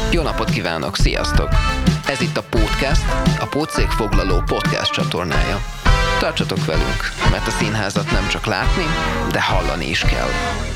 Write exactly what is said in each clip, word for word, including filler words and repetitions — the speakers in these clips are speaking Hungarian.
Jó napot kívánok, sziasztok! Ez itt a Podcast, a Pótszékfoglaló podcast csatornája. Tartsatok velünk, mert a színházat nem csak látni, de hallani is kell.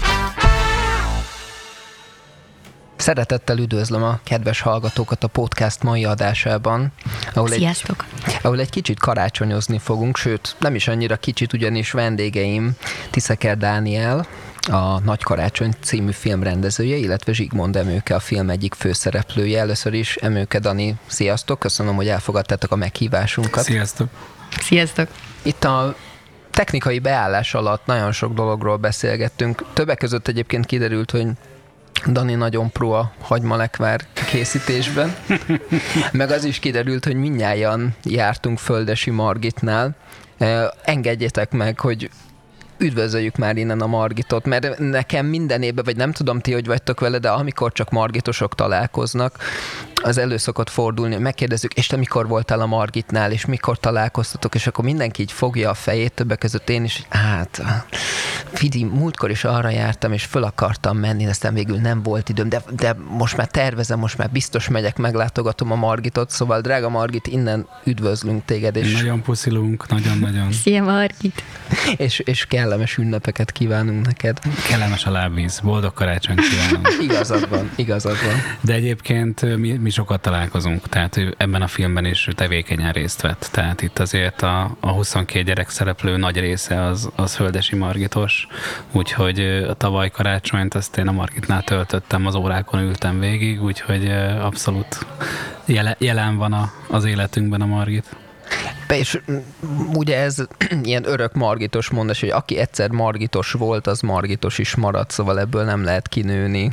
Szeretettel üdvözlöm a kedves hallgatókat a podcast mai adásában, ahol Sziasztok! Egy, ahol egy kicsit karácsonyozni fogunk, sőt, nem is annyira kicsit, ugyanis vendégeim Tiszeker Dániel, a Nagy Karácsony című film rendezője, illetve Zsigmond Emőke, a film egyik főszereplője. Először is Emőke Dani, sziasztok! Köszönöm, hogy elfogadtátok a meghívásunkat. Sziasztok! Sziasztok! Itt a technikai beállás alatt nagyon sok dologról beszélgettünk. Többek között egyébként kiderült, hogy Dani nagyon pro a hagymalekvár készítésben, meg az is kiderült, hogy mindnyájan jártunk Földesi Margitnál. Engedjetek meg, hogy üdvözöljük már innen a Margitot, mert nekem minden évben, vagy nem tudom ti, hogy vagytok vele, de amikor csak margitosok találkoznak, az elő szokott fordulni, megkérdezzük, és te mikor voltál a Margitnál, és mikor találkoztatok, és akkor mindenki így fogja a fejét, többek között én is, hát Fidi, múltkor is arra jártam, és föl akartam menni, de aztán végül nem volt időm, de, de most már tervezem, most már biztos megyek, meglátogatom a Margitot, szóval drága Margit, innen üdvözlünk téged. És nagyon puszilunk, nagyon-nagyon. Szia Margit! És, és kellemes ünnepeket kívánunk neked. Kellemes a lábvíz, boldog karácsonyt kívánunk. Igazad van, igazad van. De egyébként mi, mi sokat találkozunk, tehát ő ebben a filmben is tevékenyen részt vett. Tehát itt azért a, a huszonkét gyerek szereplő nagy része az, az Földesi Margitos, úgyhogy a tavaly karácsonyt azt én a Margitnál töltöttem, az órákon ültem végig, úgyhogy abszolút jele, jelen van a, az életünkben a Margit. És ugye ez ilyen örök margitos mondás, hogy aki egyszer margitos volt, az margitos is marad, szóval ebből nem lehet kinőni.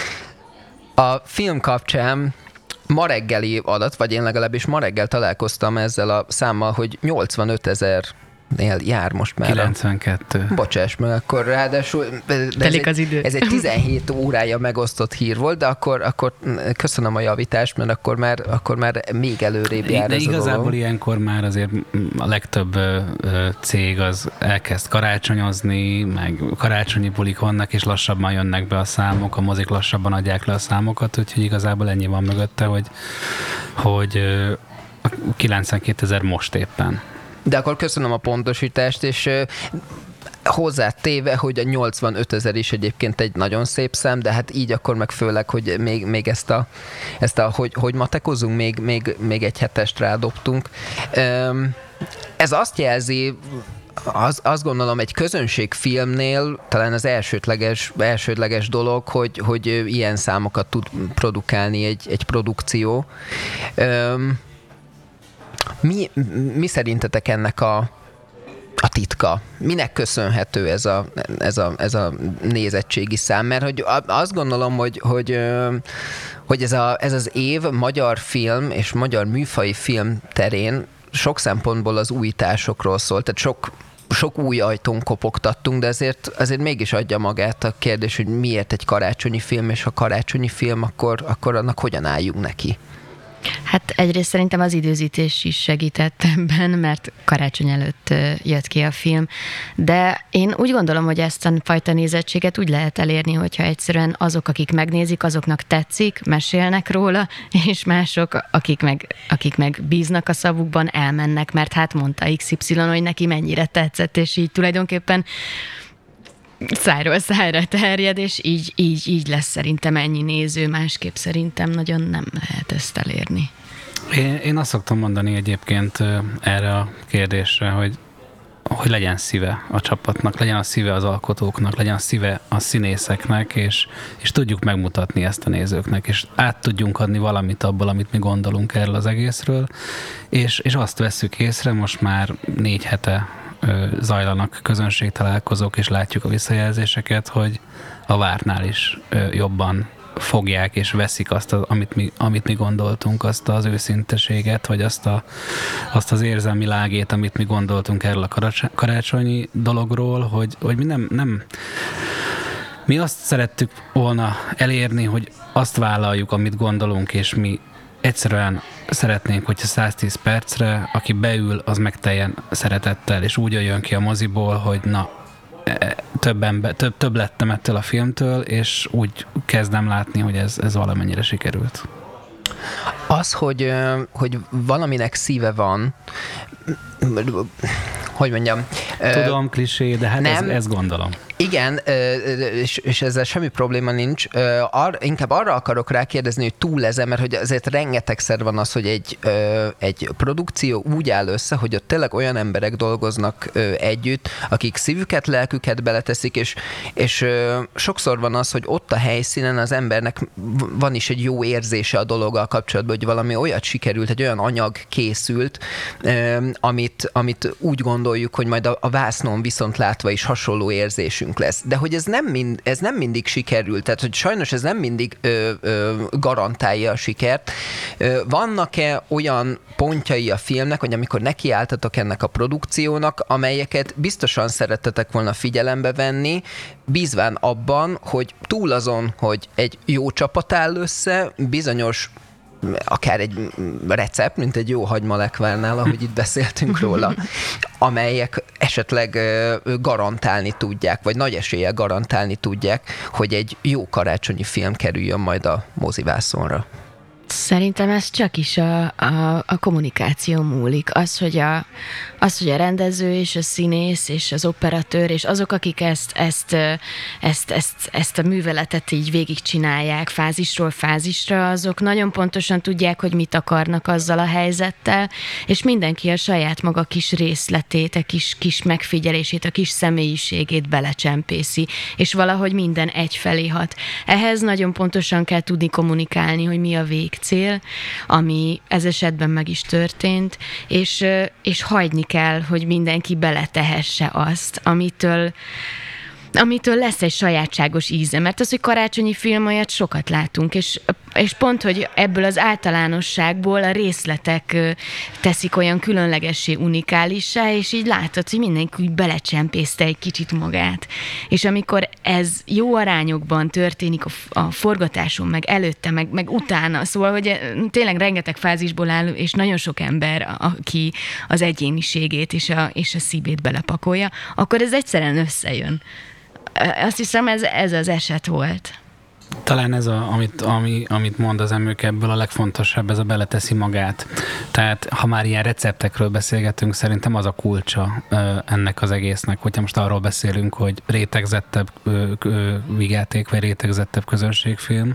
A film kapcsán ma reggeli adat, vagy én legalábbis ma reggel találkoztam ezzel a számmal, hogy nyolcvanöt ezer nél jár most már. kilencvenkettő. Bocsáss meg, akkor ráadásul ez egy, az idő. ez egy tizenhét órája megosztott hír volt, de akkor, akkor köszönöm a javítást, mert akkor már, akkor már még előrébb jár de ez igazából a dolog. Ilyenkor már azért a legtöbb cég az elkezd karácsonyozni, meg karácsonyi bulik vannak, és lassabban jönnek be a számok, a mozik lassabban adják le a számokat, úgyhogy igazából ennyi van mögötte, hogy, hogy kilencvenkétezer most éppen. De akkor köszönöm a pontosítást, és uh, hozzátéve, hogy a nyolcvanöt ezer is egyébként egy nagyon szép szám, de hát így akkor meg főleg, hogy még, még ezt a, ezt a hogy, hogy matekozunk, még, még, még egy hetest rádobtunk. Um, ez azt jelzi, az, azt gondolom, egy közönségfilmnél talán az elsődleges, elsődleges dolog, hogy, hogy ilyen számokat tud produkálni egy, egy produkció. Um, Mi, mi szerintetek ennek a, a titka? Minek köszönhető ez a, ez a, ez a nézettségi szám? Mert hogy azt gondolom, hogy, hogy, hogy ez, a, ez az év magyar film és magyar műfaji film terén sok szempontból az újításokról szól, tehát sok, sok új ajtón kopogtattunk, de azért, azért mégis adja magát a kérdés, hogy miért egy karácsonyi film, és ha karácsonyi film, akkor, akkor annak hogyan álljunk neki? Hát egyrészt szerintem az időzítés is segített ebben, mert karácsony előtt jött ki a film, de én úgy gondolom, hogy ezt a fajta nézettséget úgy lehet elérni, hogyha egyszerűen azok, akik megnézik, azoknak tetszik, mesélnek róla, és mások, akik meg, akik meg bíznak a szavukban, elmennek, mert hát mondta iksz ipszilon, hogy neki mennyire tetszett, és így tulajdonképpen szájról szájra terjed, és így, így, így lesz szerintem ennyi néző, másképp szerintem nagyon nem lehet ezt elérni. Én, én azt szoktam mondani egyébként erre a kérdésre, hogy, hogy legyen szíve a csapatnak, legyen a szíve az alkotóknak, legyen a szíve a színészeknek, és, és tudjuk megmutatni ezt a nézőknek, és át tudjunk adni valamit abból, amit mi gondolunk erről az egészről, és, és azt vesszük észre, most már négy hete zajlanak közönségtalálkozók, és látjuk a visszajelzéseket, hogy a vártnál is jobban fogják és veszik azt, amit mi, amit mi gondoltunk, azt az őszinteséget, vagy azt, a, azt az érzelmi lágét, amit mi gondoltunk erről a karácsonyi dologról, hogy, hogy mi nem, nem mi azt szerettük volna elérni, hogy azt vállaljuk, amit gondolunk, és mi egyszerűen szeretnénk, hogyha száztíz percre, aki beül, az megteljen szeretettel, és úgy jön ki a moziból, hogy na, több, ember, több, több lettem ettől a filmtől, és úgy kezdem látni, hogy ez, ez valamennyire sikerült. Az, hogy, hogy valaminek szíve van, hogy mondjam... Tudom, klisé, de hát nem, ez, ez gondolom. Igen, és, és ezzel semmi probléma nincs. Ar, inkább arra akarok rákérdezni, hogy túl ezen, mert hogy azért rengetegszer van az, hogy egy, egy produkció úgy áll össze, hogy ott tényleg olyan emberek dolgoznak együtt, akik szívüket, lelküket beleteszik, és, és sokszor van az, hogy ott a helyszínen az embernek van is egy jó érzése a dologgal kapcsolatban, hogy valami olyat sikerült, egy olyan anyag készült, amit, amit úgy gondoljuk, hogy majd a, a vásznon viszont látva is hasonló érzésünk lesz. De hogy ez nem, mind, ez nem mindig sikerül, tehát hogy sajnos ez nem mindig ö, ö, garantálja a sikert. Ö, vannak-e olyan pontjai a filmnek, hogy amikor nekiálltatok ennek a produkciónak, amelyeket biztosan szerettetek volna figyelembe venni, bízván abban, hogy túl azon, hogy egy jó csapat áll össze, bizonyos akár egy recept, mint egy jó hagymalekvárnál, ahogy itt beszéltünk róla, amelyek esetleg garantálni tudják, vagy nagy eséllyel garantálni tudják, hogy egy jó karácsonyi film kerüljön majd a mozivászonra. Szerintem ez csak is a, a, a kommunikáció múlik. Az hogy a, az, hogy a rendező és a színész és az operatőr és azok, akik ezt, ezt, ezt, ezt, ezt a műveletet így végigcsinálják fázisról fázisra, azok nagyon pontosan tudják, hogy mit akarnak azzal a helyzettel, és mindenki a saját maga kis részletét, a kis, kis megfigyelését, a kis személyiségét belecsempészi, és valahogy minden egyfelé hat. Ehhez nagyon pontosan kell tudni kommunikálni, hogy mi a vég cél, ami ez esetben meg is történt, és, és hagyni kell, hogy mindenki beletehesse azt, amitől amitől lesz egy sajátságos íze, mert az, hogy karácsonyi film, olyat sokat látunk, és, és pont, hogy ebből az általánosságból a részletek teszik olyan különlegessé, unikálissá, és így látod, hogy mindenki úgy belecsempészte egy kicsit magát. És amikor ez jó arányokban történik a, a forgatáson, meg előtte, meg, meg utána, szóval, hogy tényleg rengeteg fázisból áll, és nagyon sok ember, aki az egyéniségét és a, és a szívét belepakolja, akkor ez egyszerűen összejön. Azt hiszem, ez, ez az eset volt. Talán ez, a, amit, ami, amit mond az Emőke, ebből a legfontosabb, ez a beleteszi magát. Tehát, ha már ilyen receptekről beszélgetünk, szerintem az a kulcsa ennek az egésznek, hogyha most arról beszélünk, hogy rétegzettebb vígjáték, vagy rétegzettebb közönségfilm,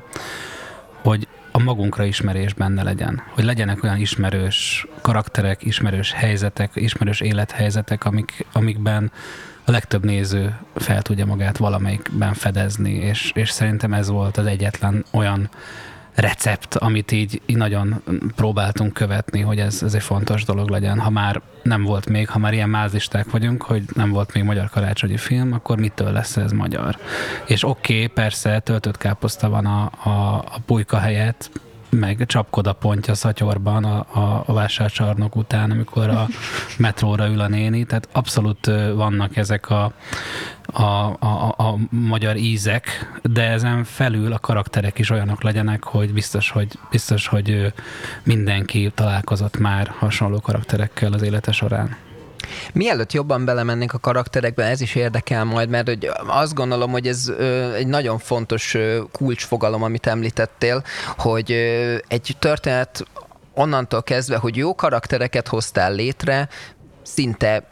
hogy a magunkra ismerés benne legyen. Hogy legyenek olyan ismerős karakterek, ismerős helyzetek, ismerős élethelyzetek, amik, amikben a legtöbb néző fel tudja magát valamelyikben fedezni, és, és szerintem ez volt az egyetlen olyan recept, amit így, így nagyon próbáltunk követni, hogy ez, ez egy fontos dolog legyen. Ha már nem volt még, ha már ilyen mázlisták vagyunk, hogy nem volt még magyar karácsonyi film, akkor mitől lesz ez magyar? És oké, okay, persze, töltött káposzta van a, a, a pulyka helyett, meg csapkod a pontja szatyorban a, a, a vásárcsarnok után, amikor a metróra ül a néni, tehát abszolút vannak ezek a, a, a, a magyar ízek, de ezen felül a karakterek is olyanok legyenek, hogy biztos, hogy, biztos, hogy mindenki találkozott már hasonló karakterekkel az élete során. Mielőtt jobban belemennénk a karakterekbe, ez is érdekel majd, mert hogy azt gondolom, hogy ez egy nagyon fontos kulcsfogalom, amit említettél, hogy egy történet onnantól kezdve, hogy jó karaktereket hoztál létre, szinte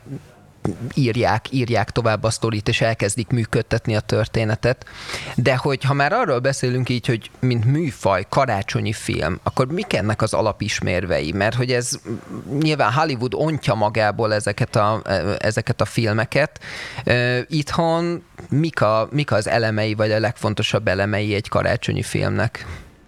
írják, írják tovább a sztorit, és elkezdik működtetni a történetet. De hogy ha már arról beszélünk így, hogy mint műfaj, karácsonyi film, akkor mik ennek az alapismérvei? Mert hogy ez nyilván Hollywood ontja magából ezeket a, ezeket a filmeket. Itthon mik, a, mik az elemei, vagy a legfontosabb elemei egy karácsonyi filmnek?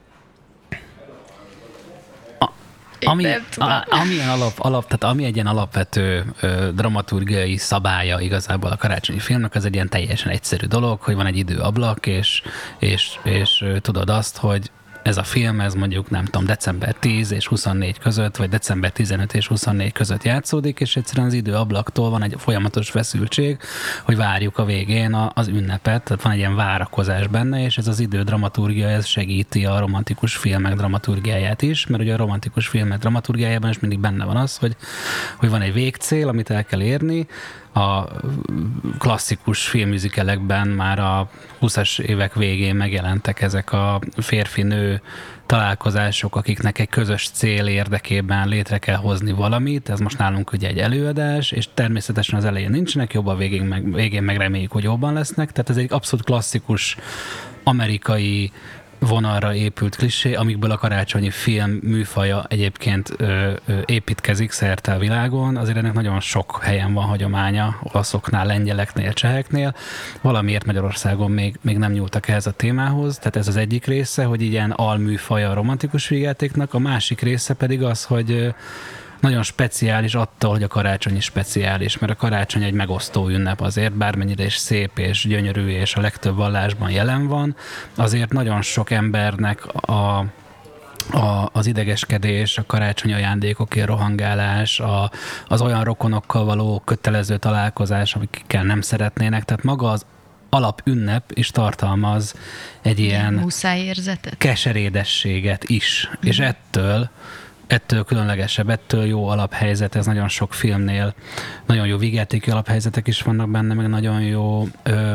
Ami, a, amilyen alap, alap, tehát ami egy ilyen alapvető ö, dramaturgiai szabálya igazából a karácsonyi filmnek, az egy ilyen teljesen egyszerű dolog, hogy van egy időablak, és, és, és ö, tudod azt, hogy ez a film, ez mondjuk nem tudom, december tíz és huszonnégy között, vagy december tizenöt és huszonnégy között játszódik, és egyszerűen az időablaktól van egy folyamatos feszültség, hogy várjuk a végén a, az ünnepet, tehát van egy ilyen várakozás benne, és ez az idő dramaturgia, ez segíti a romantikus filmek dramaturgiáját is, mert ugye a romantikus filmek dramaturgiájában is mindig benne van az, hogy, hogy van egy végcél, amit el kell érni, a klasszikus filmmüzikelekben már a húszas évek végén megjelentek ezek a férfi-nő találkozások, akiknek egy közös cél érdekében létre kell hozni valamit. Ez most nálunk ugye egy előadás, és természetesen az elején nincsenek jobb, a végén meg, végén meg reméljük, hogy jobban lesznek. Tehát ez egy abszolút klasszikus amerikai vonalra épült klisé, amikből a karácsonyi film műfaja egyébként ö, ö, építkezik szerte a világon. Azért ennek nagyon sok helyen van hagyománya, olaszoknál, lengyeleknél, cseheknél. Valamiért Magyarországon még, még nem nyúltak ehhez a témához. Tehát ez az egyik része, hogy ilyen alműfaja a romantikus vígjátéknak. A másik része pedig az, hogy ö, nagyon speciális attól, hogy a karácsony is speciális, mert a karácsony egy megosztó ünnep azért, bármennyire is szép és gyönyörű, és a legtöbb vallásban jelen van, azért nagyon sok embernek a A, az idegeskedés, a karácsonyi ajándékokért rohangálás, a, az olyan rokonokkal való kötelező találkozás, amikkel nem szeretnének, tehát maga az alapünnep is tartalmaz egy ilyen muszájérzetet, keserédességet is, mm. és ettől ettől különlegesebb, ettől jó alaphelyzet, ez nagyon sok filmnél, nagyon jó vígjátéki alaphelyzetek is vannak benne, meg nagyon jó, ö,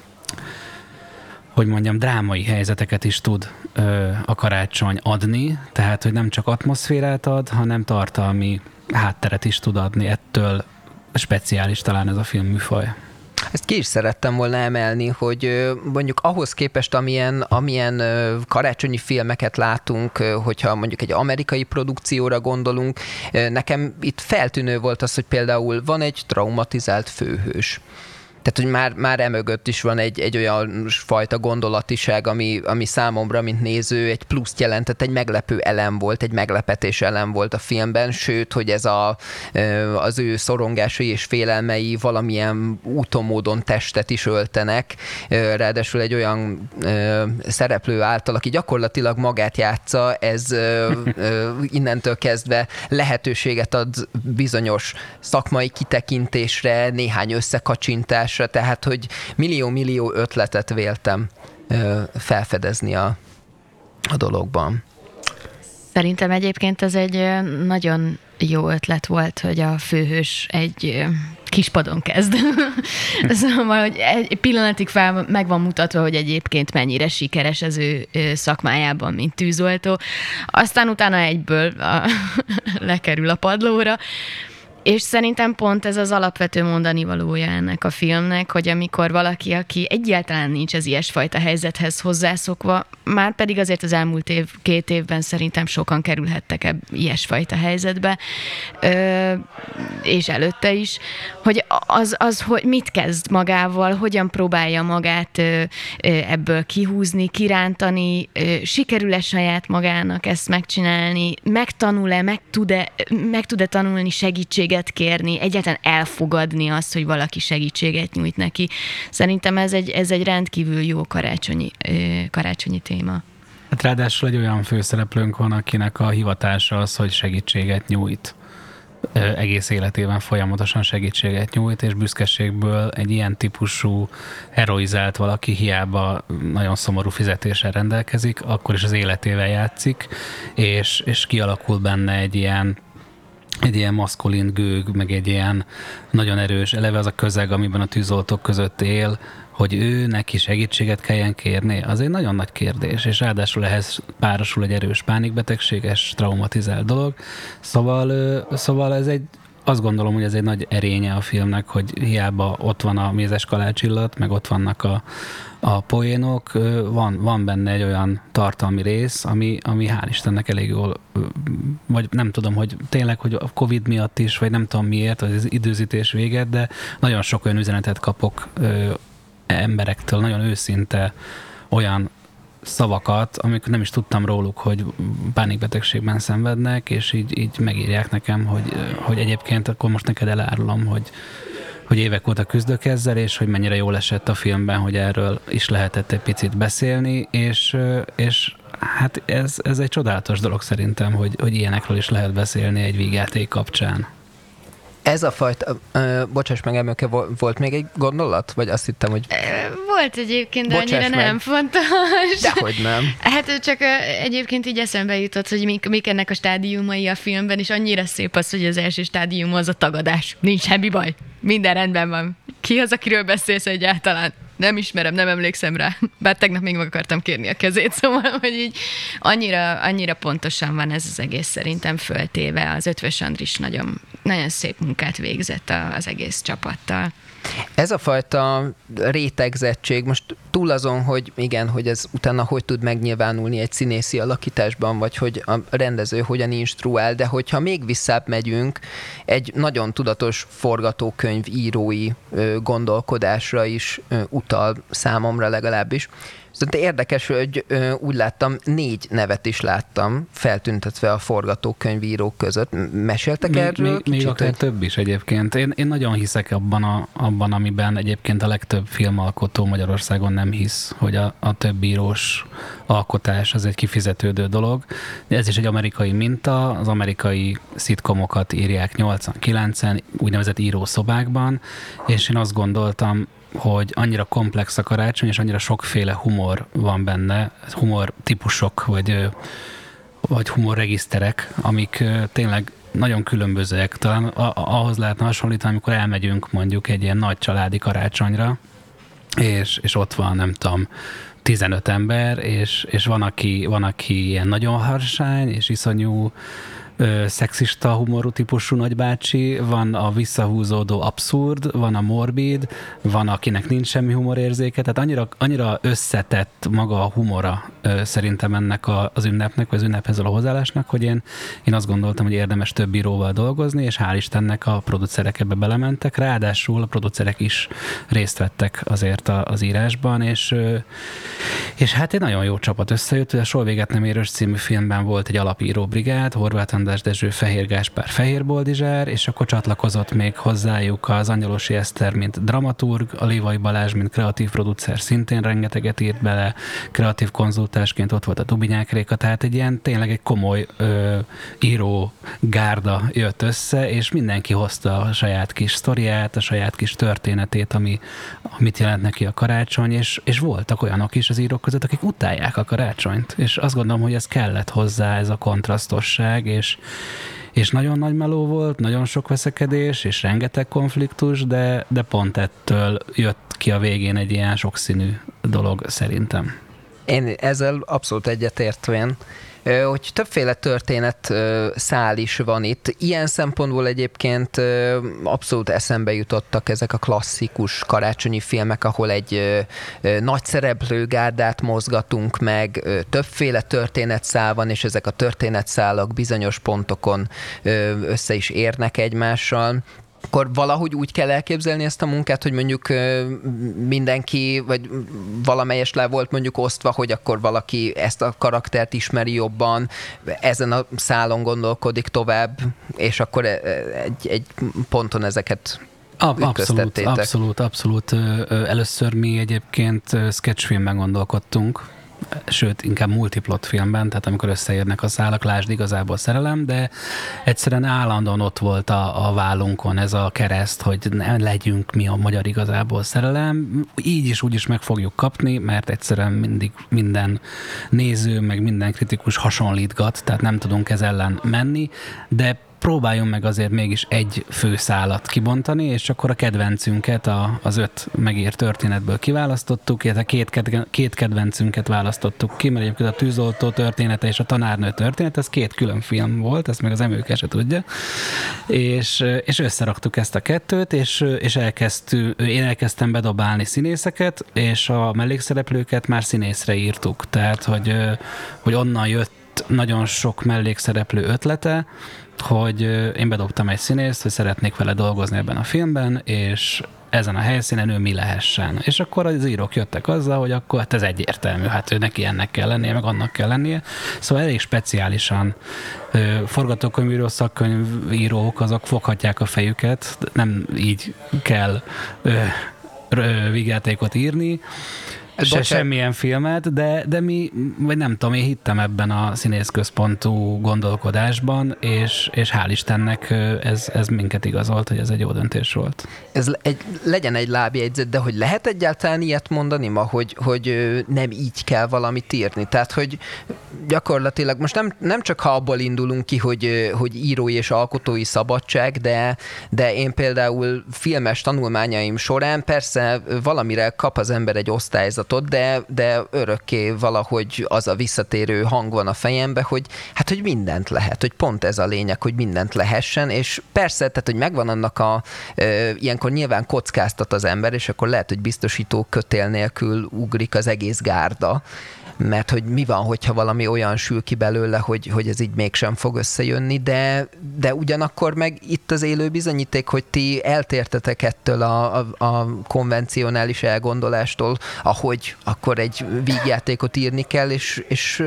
hogy mondjam, drámai helyzeteket is tud ö, a karácsony adni, tehát, hogy nem csak atmoszférát ad, hanem tartalmi hátteret is tud adni, ettől speciális talán ez a filmműfaj. Ezt ki is szerettem volna emelni, hogy mondjuk ahhoz képest, amilyen, amilyen karácsonyi filmeket látunk, hogyha mondjuk egy amerikai produkcióra gondolunk, nekem itt feltűnő volt az, hogy például van egy traumatizált főhős. Tehát, hogy már, már emögött is van egy, egy olyan fajta gondolatiság, ami, ami számomra, mint néző, egy pluszt jelentett, egy meglepő elem volt, egy meglepetés elem volt a filmben, sőt, hogy ez a, az ő szorongásai és félelmei valamilyen úton, módon testet is öltenek, ráadásul egy olyan szereplő által, aki gyakorlatilag magát játsza, ez innentől kezdve lehetőséget ad bizonyos szakmai kitekintésre, néhány összekacsintás, tehát, hogy millió-millió ötletet véltem ö, felfedezni a, a dologban. Szerintem egyébként ez egy nagyon jó ötlet volt, hogy a főhős egy kispadon kezd. Szóval, hogy egy pillanatig fel meg van mutatva, hogy egyébként mennyire sikeres az ő szakmájában, mint tűzoltó. Aztán utána egyből a, lekerül a padlóra. És szerintem pont ez az alapvető mondani valója ennek a filmnek, hogy amikor valaki, aki egyáltalán nincs az ilyesfajta helyzethez hozzászokva, már pedig azért az elmúlt év, két évben szerintem sokan kerülhettek ebb ilyesfajta helyzetbe, ö, és előtte is, hogy az, az, hogy mit kezd magával, hogyan próbálja magát ö, ö, ebből kihúzni, kirántani, ö, sikerül-e saját magának ezt megcsinálni, megtanul-e, meg tud-e, meg tud-e tanulni segítséget kérni, egyáltalán elfogadni azt, hogy valaki segítséget nyújt neki. Szerintem ez egy, ez egy rendkívül jó karácsonyi, karácsonyi téma. Hát ráadásul egy olyan főszereplőnk van, akinek a hivatása az, hogy segítséget nyújt. Egész életében folyamatosan segítséget nyújt, és büszkeségből egy ilyen típusú heroizált valaki hiába nagyon szomorú fizetéssel rendelkezik, akkor is az életével játszik, és, és kialakul benne egy ilyen egy ilyen maszkulin gőg, meg egy ilyen nagyon erős, eleve az a közeg, amiben a tűzoltók között él, hogy ő neki segítséget kelljen kérni, az egy nagyon nagy kérdés, és ráadásul ehhez párosul egy erős pánikbetegséges, traumatizált dolog. Szóval, szóval ez egy, azt gondolom, hogy ez egy nagy erénye a filmnek, hogy hiába ott van a mézes kalácsillat, meg ott vannak a, a poénok, van, van benne egy olyan tartalmi rész, ami, ami hál' Istennek elég jól, vagy nem tudom, hogy tényleg, hogy a Covid miatt is, vagy nem tudom miért, vagy az időzítés véget, de nagyon sok olyan üzenetet kapok ö, emberektől, nagyon őszinte olyan szavakat, amikor nem is tudtam róluk, hogy pánikbetegségben szenvednek, és így, így megírják nekem, hogy, hogy egyébként akkor most neked elárulom, hogy, hogy évek óta küzdök ezzel, és hogy mennyire jól esett a filmben, hogy erről is lehetett egy picit beszélni, és, és hát ez, ez egy csodálatos dolog szerintem, hogy, hogy ilyenekről is lehet beszélni egy vígjáték kapcsán. Ez a fajta, uh, bocsáss meg, Emőke, volt még egy gondolat? Vagy azt hittem, hogy... volt egyébként, de Bocsáss annyira meg. nem fontos. Dehogy nem. Hát csak ö, egyébként így eszembe jutott, hogy mik, mik ennek a stádiumai a filmben, és annyira szép az, hogy az első stádium az a tagadás. Nincs semmi baj. Minden rendben van. Ki az, akiről beszélsz egyáltalán? Nem ismerem, nem emlékszem rá. Bár tegnap még meg akartam kérni a kezét, szóval, hogy így annyira, annyira pontosan van ez az egész szerintem föltéve. Az Ötvös Andris nagyon, nagyon szép munkát végzett az egész csapattal. Ez a fajta rétegzettség, most túl azon, hogy igen, hogy ez utána hogy tud megnyilvánulni egy színészi alakításban, vagy hogy a rendező hogyan instruál, de hogyha még visszább megyünk, egy nagyon tudatos forgatókönyv írói gondolkodásra is utal számomra legalábbis. Szóval érdekes, hogy úgy láttam, négy nevet is láttam feltüntetve a forgatókönyvírók között. Meséltek még, erről még, kicsit? még akár hogy... több is egyébként. Én, én nagyon hiszek abban, a, abban, amiben egyébként a legtöbb filmalkotó Magyarországon nem hisz, hogy a, a több írós alkotás az egy kifizetődő dolog. De ez is egy amerikai minta, az amerikai szitkomokat írják nyolcvan-kilencven úgynevezett írószobákban, és én azt gondoltam, hogy annyira komplex a Karácsony, és annyira sokféle humor van benne, humor típusok, vagy, vagy humorregiszterek, amik tényleg nagyon különbözőek. Talán ahhoz lehetne hasonlítani, amikor elmegyünk mondjuk egy ilyen nagy családi karácsonyra, és, és ott van, nem tudom, tizenöt ember, és, és van, aki, van, aki ilyen nagyon harsány, és iszonyú ö, szexista humorú típusú nagybácsi, van a visszahúzódó abszurd, van a morbid, van akinek nincs semmi humorérzéke, tehát annyira, annyira összetett maga a humora ö, szerintem ennek a, az ünnepnek, vagy az ünnephez a hozzáállásnak, hogy én, én azt gondoltam, hogy érdemes több íróval dolgozni, és hál' Istennek a producerek ebbe belementek, ráadásul a producerek is részt vettek azért a, az írásban, és, ö, és hát egy nagyon jó csapat összejött, hogy a Soha véget nem érős című filmben volt egy alapíró brigád, Horváth András Dezső, Fehér Gáspár, Fehér Boldizsár, és akkor csatlakozott még hozzájuk az Angyalosi Eszter, mint dramaturg, a Lévai Balázs, mint kreatív producer szintén rengeteget írt bele, kreatív konzultásként ott volt a Dubinyák Réka, tehát egy ilyen tényleg egy komoly ö, író gárda jött össze, és mindenki hozta a saját kis sztoriát, a saját kis történetét, ami, amit jelent neki a karácsony, és, és voltak olyanok is az írók között, akik utálják a karácsonyt, és azt gondolom, hogy ez kellett hozzá, ez a kontrasztosság, és és nagyon nagy meló volt, nagyon sok veszekedés, és rengeteg konfliktus, de, de pont ettől jött ki a végén egy ilyen sokszínű dolog szerintem. Én ezzel abszolút egyetértvén, hogy többféle történet szál is van itt. Ilyen szempontból egyébként abszolút eszembe jutottak ezek a klasszikus karácsonyi filmek, ahol egy nagy szereplőgárdát mozgatunk meg, többféle történetszál van, és ezek a történetszálak bizonyos pontokon össze is érnek egymással. Akkor valahogy úgy kell elképzelni ezt a munkát, hogy mondjuk mindenki, vagy valamelyes le volt mondjuk osztva, hogy akkor valaki ezt a karaktert ismeri jobban, ezen a szálon gondolkodik tovább, és akkor egy, egy ponton ezeket Abszolút, abszolút, abszolút. Először mi egyébként sketchfilmben gondolkodtunk, sőt, inkább multiplot filmben, tehát amikor összeérnek a szálak, lásd igazából szerelem, de egyszerűen állandóan ott volt a, a vállunkon ez a kereszt, hogy ne legyünk mi a magyar igazából szerelem. Így is úgy is meg fogjuk kapni, mert egyszerűen mindig minden néző, meg minden kritikus hasonlítgat, tehát nem tudunk ez ellen menni, de próbáljunk meg azért mégis egy főszálat kibontani, és akkor a kedvencünket a, az öt megírt történetből kiválasztottuk, illetve két, kedve, két kedvencünket választottuk ki, mert egyébként a tűzoltó története és a tanárnő történet, ez két külön film volt, ezt meg az Emőke se tudja, és, és összeraktuk ezt a kettőt, és, és elkezdtük, én elkezdtem bedobálni színészeket, és a mellékszereplőket már színészre írtuk, tehát hogy, hogy onnan jött nagyon sok mellékszereplő ötlete, hogy én bedobtam egy színészt, hogy szeretnék vele dolgozni ebben a filmben, és ezen a helyszínen ő mi lehessen. És akkor az írók jöttek azzal, hogy akkor hát ez egyértelmű, hát ő neki ennek kell lennie, meg annak kell lennie. Szóval elég speciálisan forgatókönyvíró, szakkönyvírók, azok foghatják a fejüket, nem így kell vígjátékot írni. se semmilyen filmet, de, de mi, vagy nem tudom, én hittem ebben a színészközpontú gondolkodásban, és, és hál' Istennek ez, ez minket igazolt, hogy ez egy jó döntés volt. Ez egy, legyen egy lábjegyzet, de hogy lehet egyáltalán ilyet mondani ma, hogy, hogy nem így kell valamit írni? Tehát, hogy gyakorlatilag most nem, nem csak ha abból indulunk ki, hogy, hogy írói és alkotói szabadság, de, de én például filmes tanulmányaim során persze valamire kap az ember egy osztályzatot, de, de örökké valahogy az a visszatérő hang van a fejembe, hogy hát, hogy mindent lehet, hogy pont ez a lényeg, hogy mindent lehessen, és persze, tehát, hogy megvan annak a, e, ilyenkor nyilván kockáztat az ember, és akkor lehet, hogy biztosító kötél nélkül ugrik az egész gárda, mert hogy mi van, hogyha valami olyan sül ki belőle, hogy, hogy ez így mégsem fog összejönni, de, de ugyanakkor meg itt az élő bizonyíték, hogy ti eltértetek ettől a, a, a konvencionális elgondolástól, ahogy akkor egy vígjátékot írni kell, és, és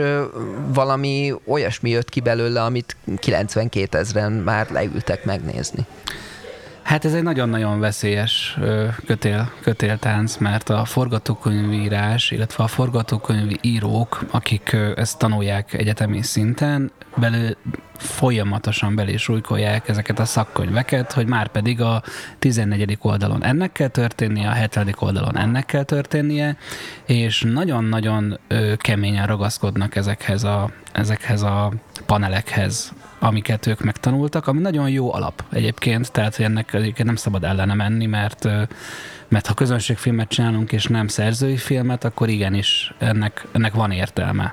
valami olyasmi jött ki belőle, amit kilencvenkétezren már leültek megnézni. Hát ez egy nagyon-nagyon veszélyes kötél, kötéltánc, mert a forgatókönyvírás, illetve a forgatókönyvi írók, akik ezt tanulják egyetemi szinten, belül folyamatosan belé súlykolják ezeket a szakkönyveket, hogy már pedig a tizennegyedik oldalon ennek kell történnie, a hetvenedik oldalon ennek kell történnie, és nagyon-nagyon keményen ragaszkodnak ezekhez a, ezekhez a panelekhez, amiket ők megtanultak, ami nagyon jó alap egyébként, tehát hogy ennek egyébként nem szabad ellene menni, mert, mert ha közönségfilmet csinálunk, és nem szerzői filmet, akkor igenis ennek, ennek van értelme.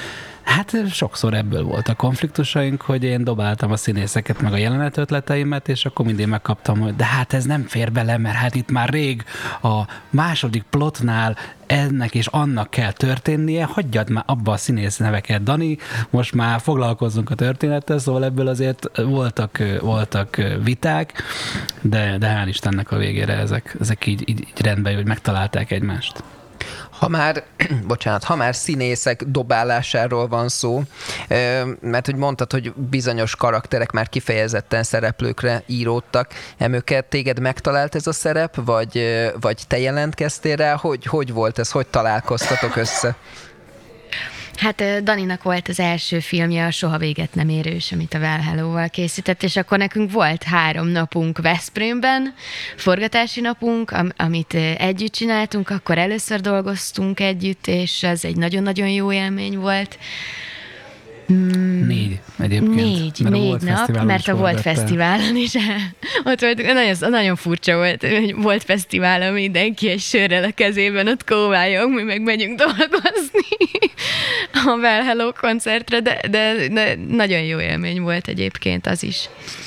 Hát sokszor ebből volt a konfliktusaink, hogy én dobáltam a színészeket, meg a jelenet ötleteimet, és akkor mindig megkaptam, hogy de hát ez nem fér bele, mert hát itt már rég a második plotnál ennek és annak kell történnie, hagyjad már abba a színész neveket, Dani, most már foglalkozzunk a történettel, szóval ebből azért voltak, voltak viták, de, de hál' Istennek a végére ezek, ezek így, így, így rendben, hogy megtalálták egymást. Ha már, bocsánat, ha már színészek dobálásáról van szó, mert hogy mondtad, hogy bizonyos karakterek már kifejezetten szereplőkre íródtak, emőket téged megtalált ez a szerep, vagy, vagy te jelentkeztél rá? Hogy, hogy volt ez? Hogy találkoztatok össze? Hát Daninak volt az első filmje, a Soha véget nem érős, amit a Well Hello-val készített, és akkor nekünk volt három napunk Veszprémben, forgatási napunk, am- amit együtt csináltunk, akkor először dolgoztunk együtt, és ez egy nagyon-nagyon jó élmény volt. Mm, négy egyébként. Négy, mert négy nap, mert a Volt Fesztiválon is. Ott volt, nagyon, nagyon furcsa volt, hogy volt fesztiválon, mindenki egy sörrel a kezében, ott kóvályog, mi meg megyünk dolgozni a Well Hello koncertre, de, de, de nagyon jó élmény volt egyébként az is.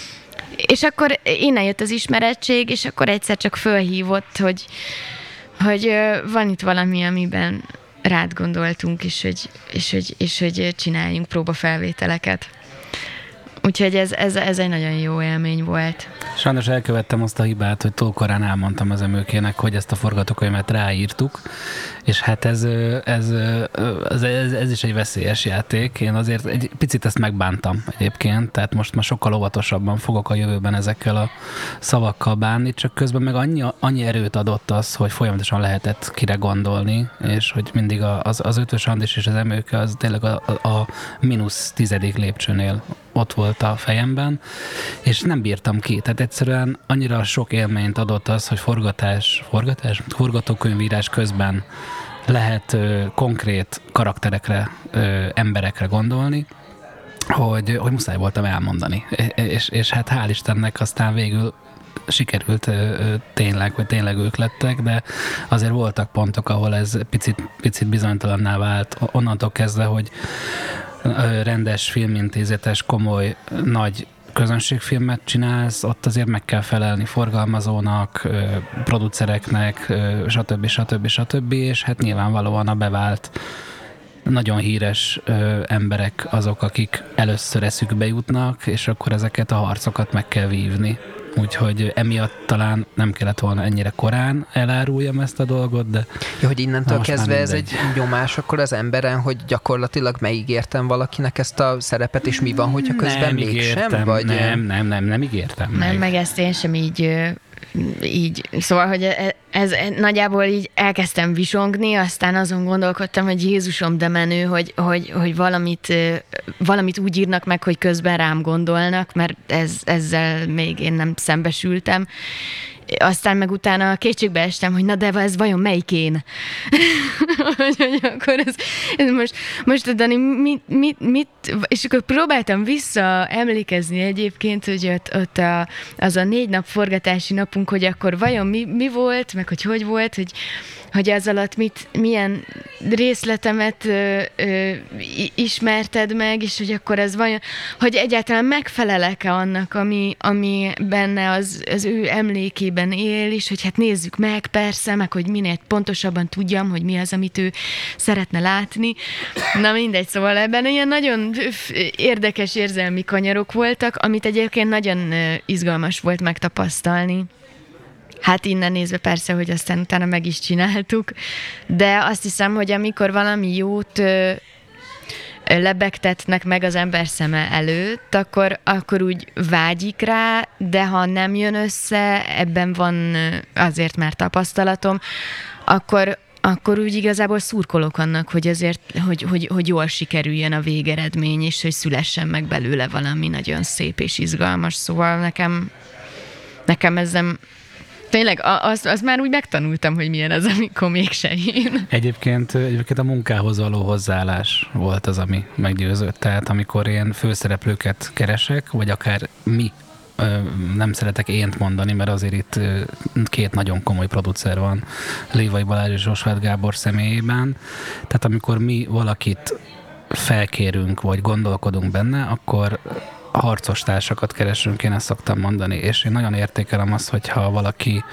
És akkor innen jött az ismerettség, és akkor egyszer csak fölhívott, hogy, hogy van itt valami, amiben rád gondoltunk, és hogy, és, hogy, és hogy csináljunk próbafelvételeket. Úgyhogy ez, ez, ez egy nagyon jó élmény volt. Sajnos elkövettem azt a hibát, hogy túl korán elmondtam az Emőkének, hogy ezt a forgatókönyvet ráírtuk, és hát ez, ez, ez, ez, ez is egy veszélyes játék. Én azért egy picit ezt megbántam egyébként, tehát most már sokkal óvatosabban fogok a jövőben ezekkel a szavakkal bánni, csak közben meg annyi, annyi erőt adott az, hogy folyamatosan lehetett kire gondolni, és hogy mindig az, az Ötvös Andis és az Emőke az tényleg a, a, a mínusz tizedik lépcsőnél ott volt a fejemben, és nem bírtam ki. Tehát egyszerűen annyira sok élményt adott az, hogy forgatás, forgatás, forgatókönyvírás közben lehet ö, konkrét karakterekre, ö, emberekre gondolni, hogy, hogy muszáj voltam elmondani. És, és hát hál' Istennek aztán végül sikerült ö, tényleg, vagy tényleg ők lettek, de azért voltak pontok, ahol ez picit, picit bizonytalanná vált. Onnantól kezdve, hogy rendes, filmintézetes, komoly, nagy közönségfilmet csinálsz, ott azért meg kell felelni forgalmazónak, producereknek, stb. stb. stb. És hát nyilvánvalóan a bevált, nagyon híres emberek azok, akik először eszükbe jutnak, és akkor ezeket a harcokat meg kell vívni. Úgyhogy emiatt talán nem kellett volna ennyire korán eláruljam ezt a dolgot, de... Ja, hogy innentől kezdve ez egy nyomás akkor az emberen, hogy gyakorlatilag megígértem valakinek ezt a szerepet, és mi van, hogyha közben mégsem? Vagy... Vagy... Nem, nem, nem, nem ígértem meg. Nem, meg ezt én sem így így, szóval, hogy ez, ez nagyjából így elkezdtem visongni, aztán azon gondolkodtam, hogy Jézusom, de menő, hogy, hogy, hogy valamit, valamit úgy írnak meg, hogy közben rám gondolnak, mert ez, ezzel még én nem szembesültem. Aztán meg utána kétségbe estem, hogy na de ez vajon melyik én? hogy, hogy akkor ez, ez most, most Dani, mit, mit, mit, és akkor próbáltam vissza emlékezni egyébként, hogy ott, ott a, az a négy nap forgatási napunk, hogy akkor vajon mi, mi volt, meg hogy hogy volt, hogy, hogy az alatt mit, milyen részletemet ö, ö, ismerted meg, és hogy akkor ez vajon, hogy egyáltalán megfelelek-e annak, ami, ami benne az, az ő emlékében él, és hogy hát nézzük meg, persze, meg hogy minél pontosabban tudjam, hogy mi az, amit ő szeretne látni. Na mindegy, szóval ebben ilyen nagyon érdekes érzelmi kanyarok voltak, amit egyébként nagyon izgalmas volt megtapasztalni. Hát innen nézve persze, hogy aztán utána meg is csináltuk, de azt hiszem, hogy amikor valami jót ö, lebegtetnek meg az ember szeme előtt, akkor, akkor úgy vágyik rá, de ha nem jön össze, ebben van azért már tapasztalatom, akkor, akkor úgy igazából szurkolok annak, hogy azért, hogy, hogy, hogy jól sikerüljön a végeredmény, és hogy szülessen meg belőle valami nagyon szép és izgalmas. Szóval nekem, nekem ezen tényleg, azt az már úgy megtanultam, hogy milyen az, amikor mégse én. Egyébként, egyébként a munkához való hozzáállás volt az, ami meggyőzött. Tehát amikor én főszereplőket keresek, vagy akár mi, nem szeretek ént mondani, mert azért itt két nagyon komoly producer van, Lévai Balázs és Osváth Gábor személyében. Tehát amikor mi valakit felkérünk, vagy gondolkodunk benne, akkor harcos társakat keresünk, én ezt szoktam mondani, és én nagyon értékelem azt, hogyha valaki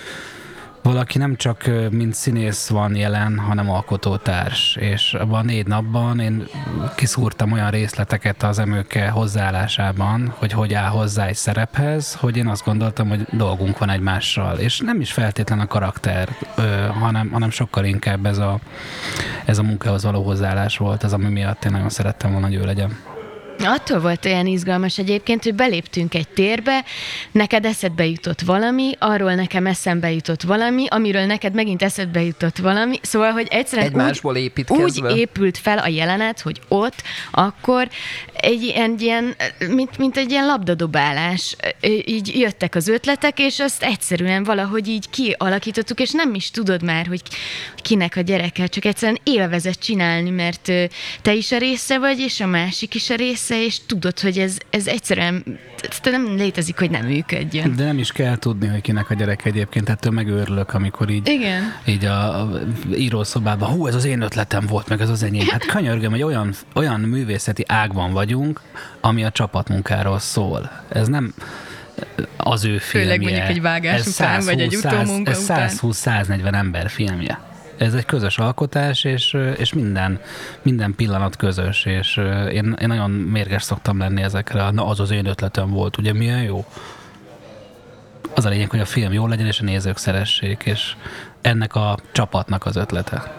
valaki nem csak mint színész van jelen, hanem alkotótárs, és abban a négy napban én kiszúrtam olyan részleteket az Emőke hozzáállásában, hogy hogy áll hozzá egy szerephez, hogy én azt gondoltam, hogy dolgunk van egymással, és nem is feltétlen a karakter, hanem, hanem sokkal inkább ez a, ez a munkához való hozzáállás volt az, ami miatt én nagyon szerettem volna, hogy ő legyen. Attól volt olyan izgalmas egyébként, hogy beléptünk egy térbe, neked eszedbe jutott valami, arról nekem eszembe jutott valami, amiről neked megint eszedbe jutott valami, szóval, hogy egyszerűen egymásból úgy, építkezve. úgy épült fel a jelenet, hogy ott, akkor egy ilyen, ilyen mint, mint egy ilyen labdadobálás, így jöttek az ötletek, és azt egyszerűen valahogy így kialakítottuk, és nem is tudod már, hogy kinek a gyereke, csak egyszerűen élvezet csinálni, mert te is a része vagy, és a másik is a része, és tudod, hogy ez, ez egyszerűen nem létezik, hogy nem működjön. De nem is kell tudni, hogy kinek a gyerek egyébként, ettől megőrülök, amikor így, igen. így a, a írószobában, hú, ez az én ötletem volt, meg ez az enyém. Hát könyörgöm, hogy olyan, olyan művészeti ágban vagyunk, ami a csapatmunkáról szól. Ez nem az ő filmje. Főleg mondjuk egy vágás ez után, vagy egy utómunka ez után. százhúsz-száznegyven ember filmje. Ez egy közös alkotás, és, és minden, minden pillanat közös, és én, én nagyon mérges szoktam lenni ezekre, na az az én ötletem volt, ugye milyen jó? Az a lényeg, hogy a film jó legyen, és a nézők szeressék, és ennek a csapatnak az ötlete.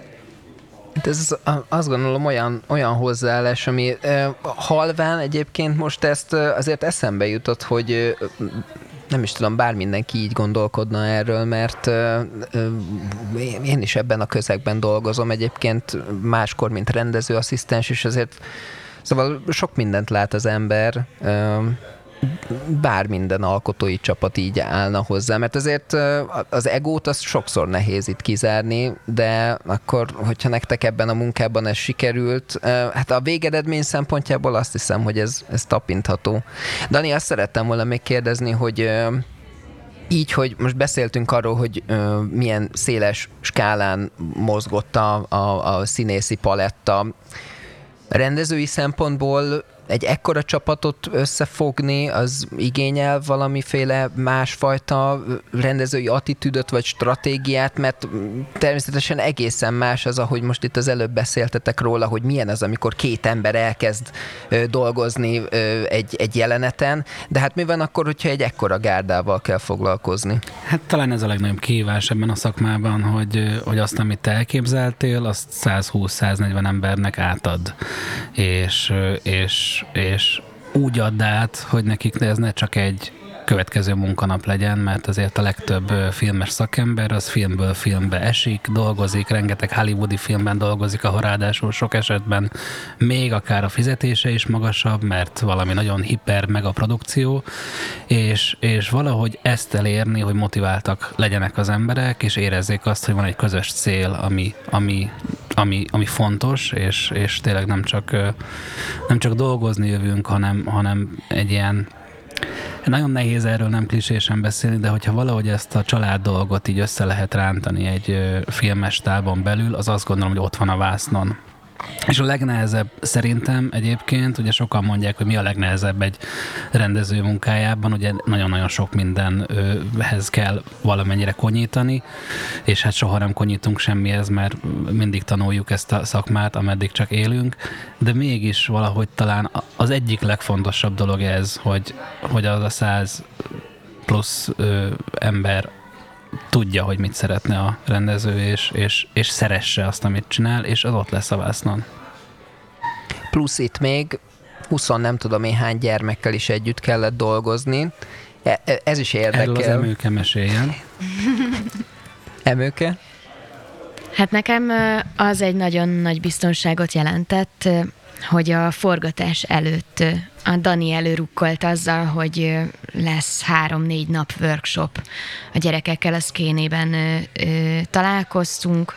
Ez azt gondolom olyan, olyan hozzáállás, ami halván egyébként most ezt azért eszembe jutott, hogy nem is tudom, bár mindenki így gondolkodna erről, mert én is ebben a közegben dolgozom egyébként máskor, mint rendezőasszisztens, és azért szóval sok mindent lát az ember, bár minden alkotói csapat így állna hozzá, mert azért az egót azt sokszor nehéz itt kizárni, de akkor, hogyha nektek ebben a munkában ez sikerült, hát a végeredmény szempontjából azt hiszem, hogy ez, ez tapintható. Dani, azt szerettem volna még kérdezni, hogy így, hogy most beszéltünk arról, hogy milyen széles skálán mozgott a, a, a színészi paletta. Rendezői szempontból egy ekkora csapatot összefogni, az igényel valamiféle másfajta rendezői attitűdöt vagy stratégiát, mert természetesen egészen más az, ahogy most itt az előbb beszéltetek róla, hogy milyen az, amikor két ember elkezd dolgozni egy, egy jeleneten, de hát mi van akkor, hogyha egy ekkora gárdával kell foglalkozni? Hát talán ez a legnagyobb kihívás ebben a szakmában, hogy, hogy azt, amit te elképzeltél, azt százhúsz-száznegyven embernek átad. És, és és úgy add át, hogy nekik ez ne csak egy következő munkanap legyen, mert azért a legtöbb filmes szakember az filmből filmbe esik, dolgozik, rengeteg hollywoodi filmben dolgozik, ahol ráadásul sok esetben még akár a fizetése is magasabb, mert valami nagyon hiper megaprodukció, és, és valahogy ezt elérni, hogy motiváltak legyenek az emberek, és érezzék azt, hogy van egy közös cél, ami, ami, ami, ami fontos, és, és tényleg nem csak, nem csak dolgozni jövünk, hanem, hanem egy ilyen. Nagyon nehéz erről nem klisésen beszélni, de hogyha valahogy ezt a család dolgot így össze lehet rántani egy filmes tábon belül, az azt gondolom, hogy ott van a vásznon. És a legnehezebb szerintem egyébként, ugye sokan mondják, hogy mi a legnehezebb egy rendező munkájában, ugye nagyon-nagyon sok mindenhez kell valamennyire konyítani, és hát soha nem konyítunk semmihez, mert mindig tanuljuk ezt a szakmát, ameddig csak élünk, de mégis valahogy talán az egyik legfontosabb dolog ez, hogy, hogy az a száz plusz ö, ember tudja, hogy mit szeretne a rendező, és, és, és szeresse azt, amit csinál, és az ott lesz a vásznon. Plusz itt még húsz nem tudom én hány gyermekkel is együtt kellett dolgozni. Ez is érdekel. Erről az Emőke meséljen. Emőke? Hát nekem az egy nagyon nagy biztonságot jelentett, hogy a forgatás előtt a Dani előrukkolt azzal, hogy lesz három-négy nap workshop a gyerekekkel, a Szkénében találkoztunk,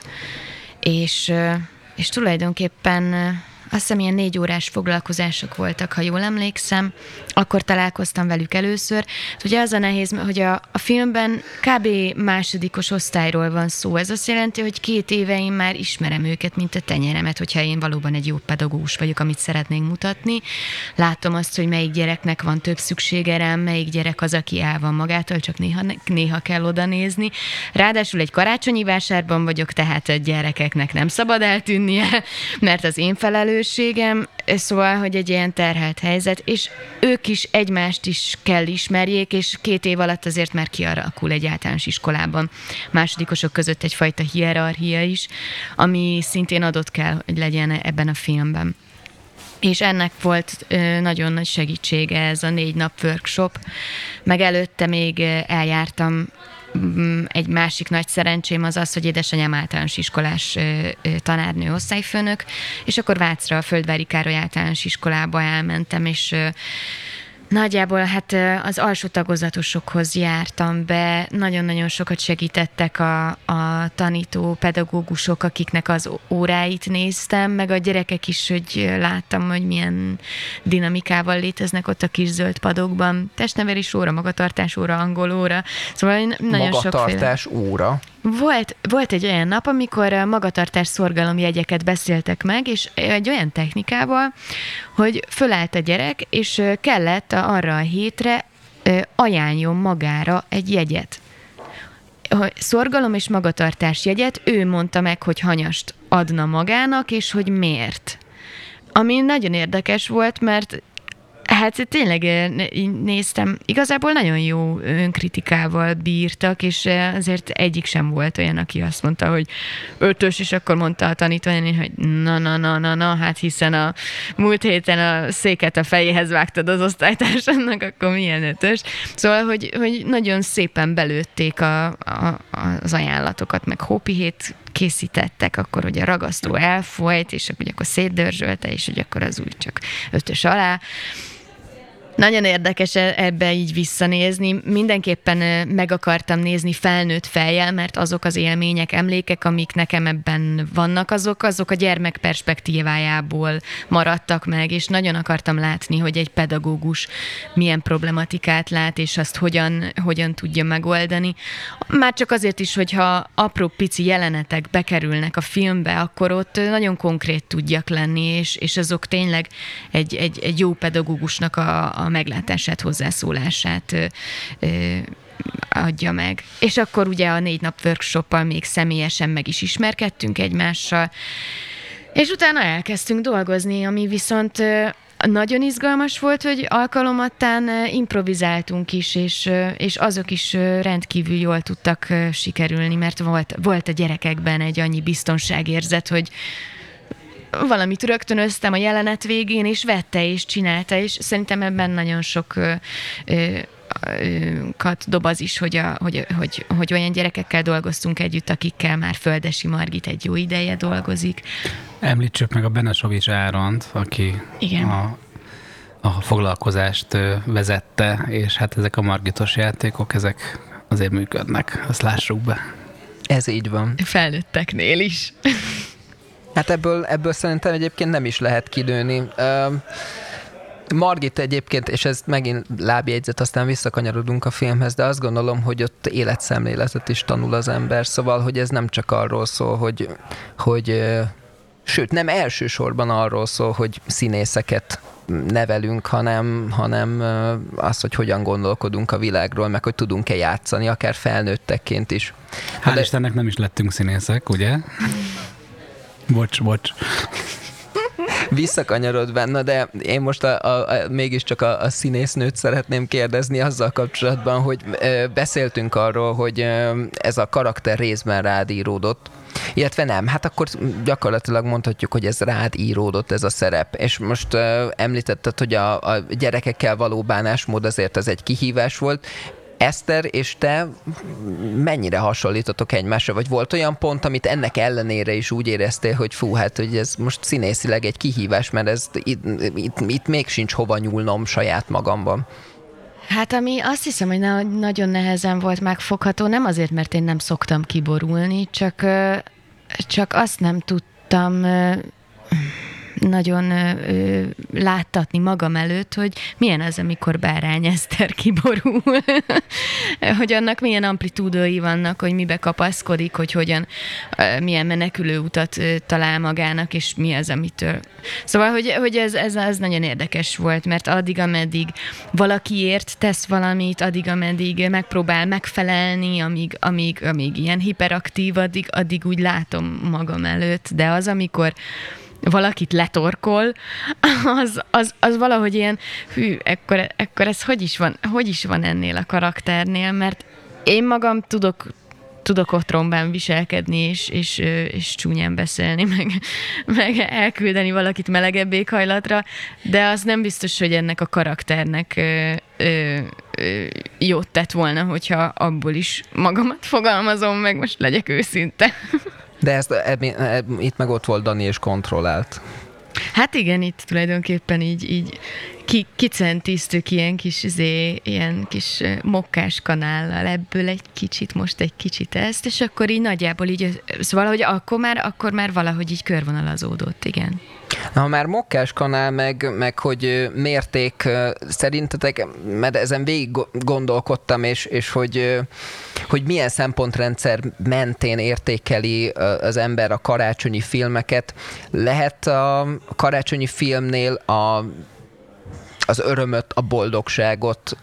és, és tulajdonképpen azt hiszem ilyen négy órás foglalkozások voltak, ha jól emlékszem, akkor találkoztam velük először. Ugye az a nehéz, hogy a, a filmben kb. Másodikos osztályról van szó. Ez azt jelenti, hogy két éve én már ismerem őket, mint a tenyeremet, hogyha én valóban egy jó pedagógus vagyok, amit szeretnénk mutatni. Látom azt, hogy melyik gyereknek van több szüksége rám, melyik gyerek az, aki el van magától, csak néha, néha kell oda nézni. Ráadásul egy karácsonyi vásárban vagyok, tehát a gyerekeknek nem szabad eltűnnie, mert az én felelős szóval, hogy egy ilyen terhelt helyzet, és ők is egymást is kell ismerjék, és két év alatt azért már kialakul egy általános iskolában másodikosok között egyfajta hierarchia is, ami szintén adott kell, hogy legyen ebben a filmben. És ennek volt ö, nagyon nagy segítsége ez a négy nap workshop, meg előtte még eljártam. Egy másik nagy szerencsém az az, hogy édesanyám általános iskolás tanárnő, osztályfőnök, és akkor Vácra a Földvári Károly általános iskolába elmentem, és nagyjából hát az alsó tagozatosokhoz jártam be, nagyon-nagyon sokat segítettek a, a tanító pedagógusok, akiknek az óráit néztem, meg a gyerekek is, hogy láttam, hogy milyen dinamikával léteznek ott a kis zöld padokban. Testnevelés óra, magatartás óra, angol óra, szóval nagyon magatartás sokféle. óra? Volt, volt egy olyan nap, amikor a magatartás szorgalomjegyeket beszéltek meg, és egy olyan technikával, hogy fölállt a gyerek, és kellett arra a hétre ajánljon magára egy jegyet. Szorgalom és magatartás jegyet ő mondta meg, hogy hanyast adna magának, és hogy miért. Ami nagyon érdekes volt, mert hát tényleg néztem, igazából nagyon jó önkritikával bírtak, és azért egyik sem volt olyan, aki azt mondta, hogy ötös, és akkor mondta a tanítvány, hogy na, na, na, na, na, hát hiszen a múlt héten a széket a fejéhez vágtad az osztálytársadnak, akkor milyen ötös. Szóval, hogy, hogy nagyon szépen belőtték a, a, az ajánlatokat, meg hópihét készítettek, akkor hogy a ragasztó elfolyt, és hogy akkor szétdörzsölte, és hogy akkor az úgy csak ötös alá. Nagyon érdekes ebbe így visszanézni. Mindenképpen meg akartam nézni felnőtt fejjel, mert azok az élmények, emlékek, amik nekem ebben vannak, azok, azok a gyermek perspektívájából maradtak meg, és nagyon akartam látni, hogy egy pedagógus milyen problematikát lát, és azt hogyan, hogyan tudja megoldani. Már csak azért is, hogyha apró pici jelenetek bekerülnek a filmbe, akkor ott nagyon konkrét tudjak lenni, és, és azok tényleg egy, egy, egy jó pedagógusnak a, a a meglátását, hozzászólását ö, ö, adja meg. És akkor ugye a négy nap workshoppal még személyesen meg is ismerkedtünk egymással, és utána elkezdtünk dolgozni, ami viszont ö, nagyon izgalmas volt, hogy alkalomattán improvizáltunk is, és, és azok is rendkívül jól tudtak sikerülni, mert volt, volt a gyerekekben egy annyi biztonságérzet, hogy valamit rögtönöztem a jelenet végén, és vette, és csinálta, és szerintem ebben nagyon sok ö, ö, kat dob az is, hogy, a, hogy, hogy, hogy olyan gyerekekkel dolgoztunk együtt, akikkel már Földesi Margit egy jó ideje dolgozik. Említsük meg a Benesovics Áront, aki Igen. a, a foglalkozást vezette, és hát ezek a Margitos játékok, ezek azért működnek, azt lássuk be. Ez így van. Felnőtteknél is. Hát ebből, ebből szerintem egyébként nem is lehet kilőni. Uh, Margit egyébként, és ez megint lábjegyzet, aztán visszakanyarodunk a filmhez, de azt gondolom, hogy ott életszemléletet is tanul az ember, szóval, hogy ez nem csak arról szól, hogy, hogy sőt, nem elsősorban arról szól, hogy színészeket nevelünk, hanem, hanem az, hogy hogyan gondolkodunk a világról, meg hogy tudunk-e játszani, akár felnőttekként is. Hál' de... Istennek nem is lettünk színészek, ugye? Bocs, bocs. Visszakanyarodva, na de én most a, a, a, mégiscsak a, a színésznőt szeretném kérdezni azzal kapcsolatban, hogy ö, beszéltünk arról, hogy ö, ez a karakter részben rád íródott, illetve nem, hát akkor gyakorlatilag mondhatjuk, hogy ez rád íródott ez a szerep, és most ö, említetted, hogy a, a gyerekekkel való bánásmód azért ez egy kihívás volt. Eszter és te mennyire hasonlítotok egymásra? Vagy volt olyan pont, amit ennek ellenére is úgy éreztél, hogy fú, hát hogy ez most színészileg egy kihívás, mert ez, itt, itt, itt még sincs hova nyúlnom saját magamban. Hát ami azt hiszem, hogy na- nagyon nehezen volt megfogható, nem azért, mert én nem szoktam kiborulni, csak, csak azt nem tudtam nagyon ö, láttatni magam előtt, hogy milyen az, amikor Bárány Eszter kiborul, hogy annak milyen amplitúdói vannak, hogy mibe kapaszkodik, hogy hogyan, ö, milyen menekülő utat ö, talál magának, és mi az, amitől. Szóval, hogy, hogy ez, ez, ez nagyon érdekes volt, mert addig, ameddig valakiért tesz valamit, addig, ameddig megpróbál megfelelni, amíg, amíg, amíg ilyen hiperaktív, addig, addig úgy látom magam előtt, de az, amikor valakit letorkol, az, az, az valahogy ilyen, hű, ekkor, ekkor ez hogy is van, hogy is van ennél a karakternél, mert én magam tudok, tudok otromban viselkedni, és, és, és csúnyán beszélni, meg, meg elküldeni valakit melegebb éghajlatra, de az nem biztos, hogy ennek a karakternek ö, ö, ö, jót tett volna, hogyha abból is magamat fogalmazom, meg most legyek őszinte. De ezt, eb, eb, itt meg ott volt Dani és kontrollált. Hát igen, itt tulajdonképpen így, így ki, kicentíztük ilyen kis, zé, ilyen kis mokkás kanállal, ebből egy kicsit, most egy kicsit ezt, és akkor így nagyjából így, szóval, hogy akkor már, akkor már valahogy így körvonalazódott, igen. Na, ha már mokkás kanál, meg, meg hogy mérték szerintetek, mert ezen végig gondolkodtam, és, és hogy, hogy milyen szempontrendszer mentén értékeli az ember a karácsonyi filmeket. Lehet a karácsonyi filmnél a, az örömöt, a boldogságot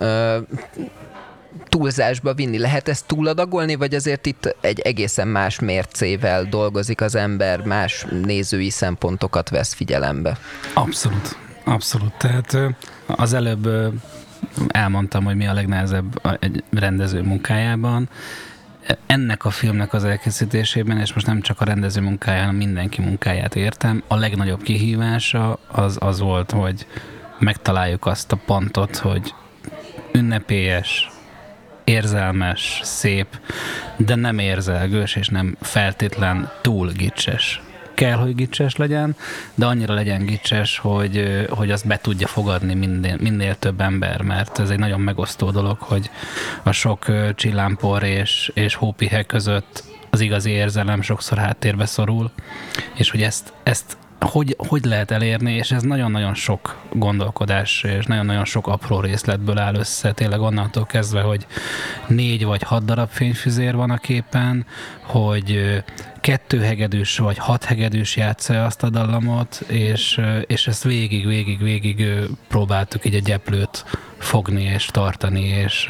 túlzásba vinni? Lehet ezt túladagolni, vagy azért itt egy egészen más mércével dolgozik az ember, más nézői szempontokat vesz figyelembe? Abszolút, abszolút. Tehát az előbb elmondtam, hogy mi a legnehezebb egy rendező munkájában. Ennek a filmnek az elkészítésében, és most nem csak a rendező munkáján, hanem mindenki munkáját értem, a legnagyobb kihívása az, az volt, hogy megtaláljuk azt a pontot, hogy ünnepélyes, érzelmes, szép, de nem érzelgős, és nem feltétlen túl gicses. Kell, hogy gicses legyen, de annyira legyen gicses, hogy, hogy azt be tudja fogadni minél, minél több ember, mert ez egy nagyon megosztó dolog, hogy a sok csillámpor és, és hópihe között az igazi érzelem sokszor háttérbe szorul, és hogy ezt, ezt Hogy, hogy lehet elérni, és ez nagyon-nagyon sok gondolkodás, és nagyon-nagyon sok apró részletből áll össze, tényleg onnantól kezdve, hogy négy vagy hat darab fényfüzér van a képen, hogy kettő hegedűs vagy hat hegedűs játsza azt a dallamot, és, és ezt végig, végig, végig próbáltuk így a gyeplőt fogni és tartani, és,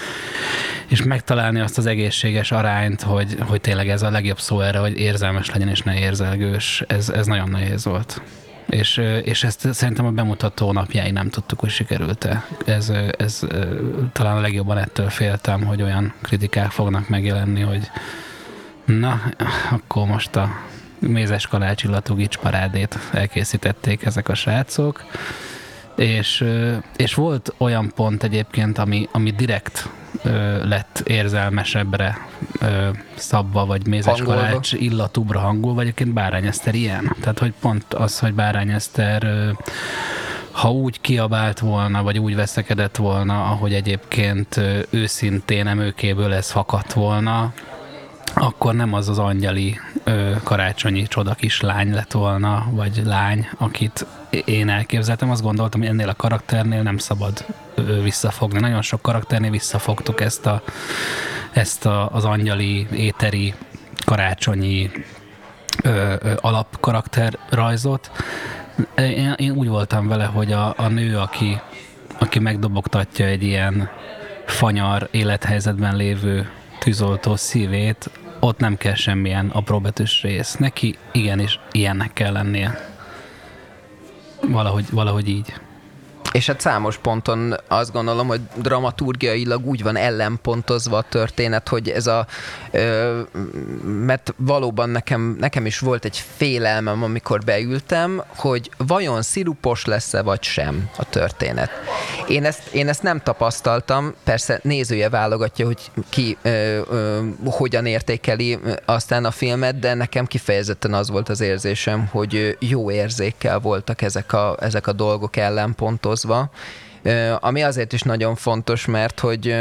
és megtalálni azt az egészséges arányt, hogy, hogy tényleg ez a legjobb szó erre, hogy érzelmes legyen és ne érzelgős. Ez, ez nagyon nehéz volt. És, és ezt szerintem a bemutató napjáig nem tudtuk, hogy sikerült-e. Ez, ez talán a legjobban ettől féltem, hogy olyan kritikák fognak megjelenni, hogy na, akkor most a mézes kalács illatú gics parádét elkészítették ezek a srácok, és, és volt olyan pont egyébként, ami, ami direkt ö, lett érzelmesebbre ö, szabva, vagy mézes hangolva. Kalács illatúbra hangolva, egyébként Bárány Eszter ilyen. Tehát, hogy pont az, hogy Bárány Eszter ö, ha úgy kiabált volna, vagy úgy veszekedett volna, ahogy egyébként ö, őszintén emőkéből ez fakadt volna, akkor nem az az angyali ö, karácsonyi csoda kis lány lett volna, vagy lány, akit én elképzeltem. Azt gondoltam, hogy ennél a karakternél nem szabad ö, visszafogni. Nagyon sok karakternél visszafogtuk ezt, a, ezt a, az angyali, éteri, karácsonyi ö, ö, alapkarakterrajzot. Én, én úgy voltam vele, hogy a, a nő, aki, aki megdobogtatja egy ilyen fanyar élethelyzetben lévő tűzoltó szívét, ott nem kell semmilyen apróbetűs rész. Neki igenis ilyennek kell lennie. Valahogy, valahogy így. És hát számos ponton azt gondolom, hogy dramaturgiailag úgy van ellenpontozva a történet, hogy ez a... Ö, mert valóban nekem, nekem is volt egy félelmem, amikor beültem, hogy vajon szirupos lesz-e vagy sem a történet. Én ezt, én ezt nem tapasztaltam, persze nézője válogatja, hogy ki ö, ö, hogyan értékeli aztán a filmet, de nekem kifejezetten az volt az érzésem, hogy jó érzékkel voltak ezek a, ezek a dolgok ellenpontozva. Ami azért is nagyon fontos, mert hogy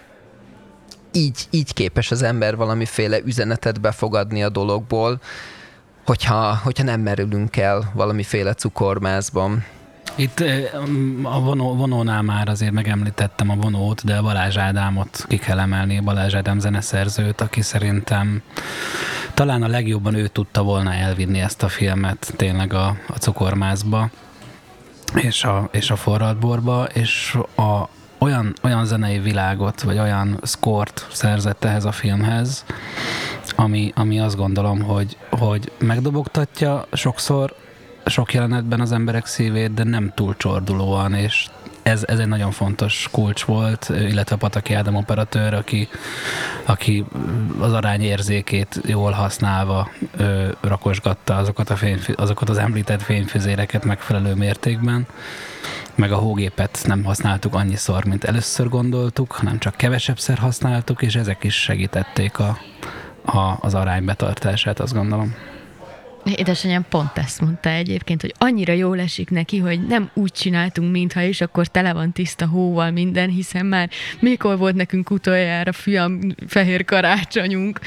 így, így képes az ember valamiféle üzenetet befogadni a dologból, hogyha, hogyha nem merülünk el valamiféle cukormázban. Itt a vonó, vonónál már azért megemlítettem a vonót, de Balázs Ádámot ki kell emelni, Balázs Ádám zeneszerzőt, aki szerintem talán a legjobban ő tudta volna elvinni ezt a filmet tényleg a, a cukormázba. És a, és a forradborba, és a, olyan, olyan zenei világot, vagy olyan szkort szerzett ehhez a filmhez, ami, ami azt gondolom, hogy, hogy megdobogtatja sokszor, sok jelenetben az emberek szívét, de nem túl csordulóan, és ez, ez egy nagyon fontos kulcs volt, illetve Pataki Ádám operatőr, aki, aki az arány érzékét jól használva ö, rakosgatta azokat, a fényfü, azokat az említett fényfüzéreket megfelelő mértékben, meg a hógépet nem használtuk annyiszor, mint először gondoltuk, hanem csak kevesebbszer használtuk, és ezek is segítették a, a, az arány betartását, azt gondolom. Édesanyám pont ezt mondta egyébként, hogy annyira jól esik neki, hogy nem úgy csináltunk, mintha is, akkor tele van tiszta hóval minden, hiszen már mikor volt nekünk utoljára fiam fehér karácsonyunk.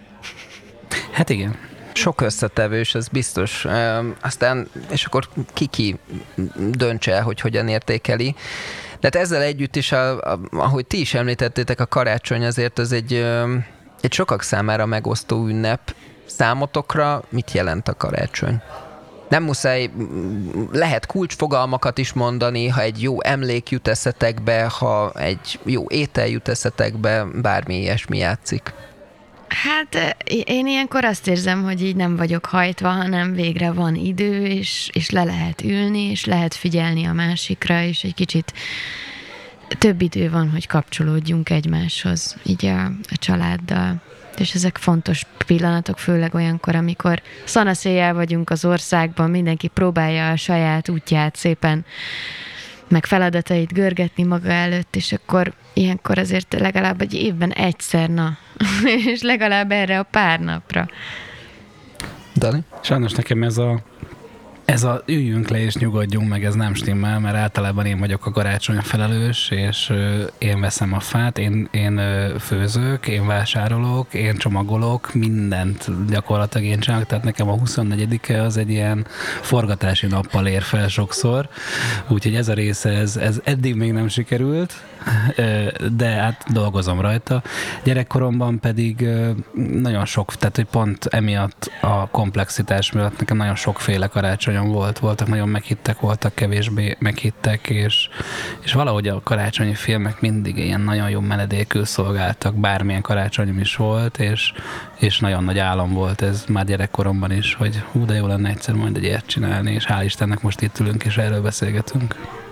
Hát igen. Sok összetevős, ez biztos. Aztán, és akkor ki-ki döntse el, hogy hogyan értékeli. De hát ezzel együtt is, a, a, ahogy ti is említettétek, a karácsony azért ez egy, egy sokak számára megosztó ünnep. Számotokra mit jelent a karácsony? Nem muszáj, lehet kulcsfogalmakat is mondani, ha egy jó emlék jut eszetekbe, ha egy jó étel jut eszetekbe, bármi ilyesmi játszik. Hát én ilyenkor azt érzem, hogy így nem vagyok hajtva, hanem végre van idő, és, és le lehet ülni, és lehet figyelni a másikra, és egy kicsit több idő van, hogy kapcsolódjunk egymáshoz, így a, a családdal. És ezek fontos pillanatok, főleg olyankor, amikor szanaszéjjel vagyunk az országban, mindenki próbálja a saját útját szépen, meg feladatait görgetni maga előtt, és akkor ilyenkor azért legalább egy évben egyszer, na, és legalább erre a pár napra. Dani? Sajnos nekem ez a Ez a üljünk le és nyugodjunk meg, ez nem stimmel, mert általában én vagyok a karácsony felelős, és én veszem a fát, én, én főzök, én vásárolok, én csomagolok, mindent gyakorlatilag én csinálok, tehát nekem a huszonnegyedike az egy ilyen forgatási nappal ér fel sokszor, úgyhogy ez a része, ez, ez eddig még nem sikerült, de hát dolgozom rajta. Gyerekkoromban pedig nagyon sok, tehát hogy pont emiatt a komplexitás miatt nekem nagyon sokféle karácsonyom volt. Voltak nagyon meghittek, voltak kevésbé meghittek, és, és valahogy a karácsonyi filmek mindig ilyen nagyon jó menedékül szolgáltak, bármilyen karácsonyom is volt, és, és nagyon nagy álom volt ez már gyerekkoromban is, hogy hú, de jó lenne egyszer majd egy ilyet csinálni, és hál' Istennek most itt ülünk, és erről beszélgetünk.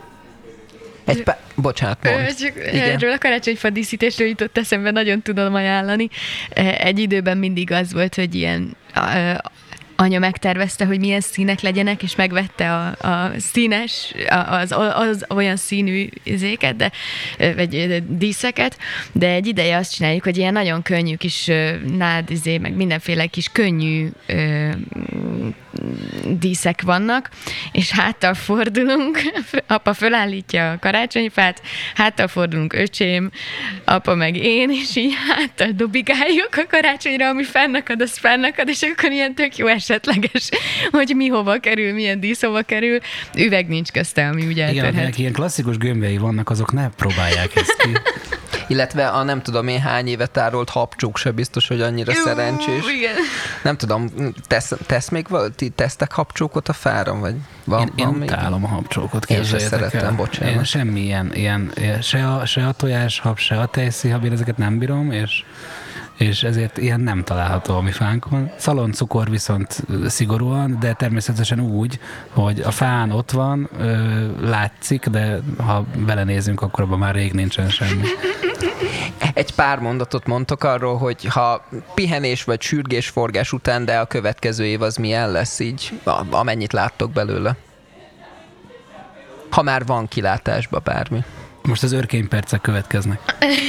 Egy pá... Bocsánat, mondd. Csak erről a karácsonyfa díszítésről jutott eszembe, nagyon tudom ajánlani. Egy időben mindig az volt, hogy ilyen anya megtervezte, hogy milyen színek legyenek, és megvette a, a színes, az, az, az olyan színű izéket, de, vagy díszeket, de egy ideje azt csináljuk, hogy ilyen nagyon könnyű kis nád, izé, meg mindenféle kis könnyű ö, díszek vannak, és háttal fordulunk, apa fölállítja a karácsonyfát, háttal fordulunk öcsém, apa meg én, és így háttal dobigáljuk a karácsonyra, ami fennakad, az fennakad, és akkor ilyen tök jó esetleges, hogy mi hova kerül, milyen dísz hova kerül. Üveg nincs közte, ami ugye eltörhet. Igen, ilyen klasszikus gömbjei vannak, azok ne próbálják ezt ki. Illetve a nem tudom én hány éve tárolt habcsuk se biztos, hogy annyira Jú, szerencsés. Igen. Nem tudom, tesz, tesz még valami, tesztek habcsókot a fáron, vagy van, Én, én van még? utálom a habcsókot, Én sem képzeljétek el. szeretem, bocsánat. Én semmi ilyen, ilyen se, a, se a tojáshab, se a tejszíhab, én ezeket nem bírom, és és ezért ilyen nem található a mi fánkon. Szaloncukor viszont szigorúan, de természetesen úgy, hogy a fán ott van, látszik, de ha belenézünk, akkor abban már rég nincsen semmi. Egy pár mondatot mondtok arról, hogy ha pihenés vagy sürgésforgás után, de a következő év az milyen lesz így, amennyit láttok belőle? Ha már van kilátásba bármi. Most az örkénypercek következnek.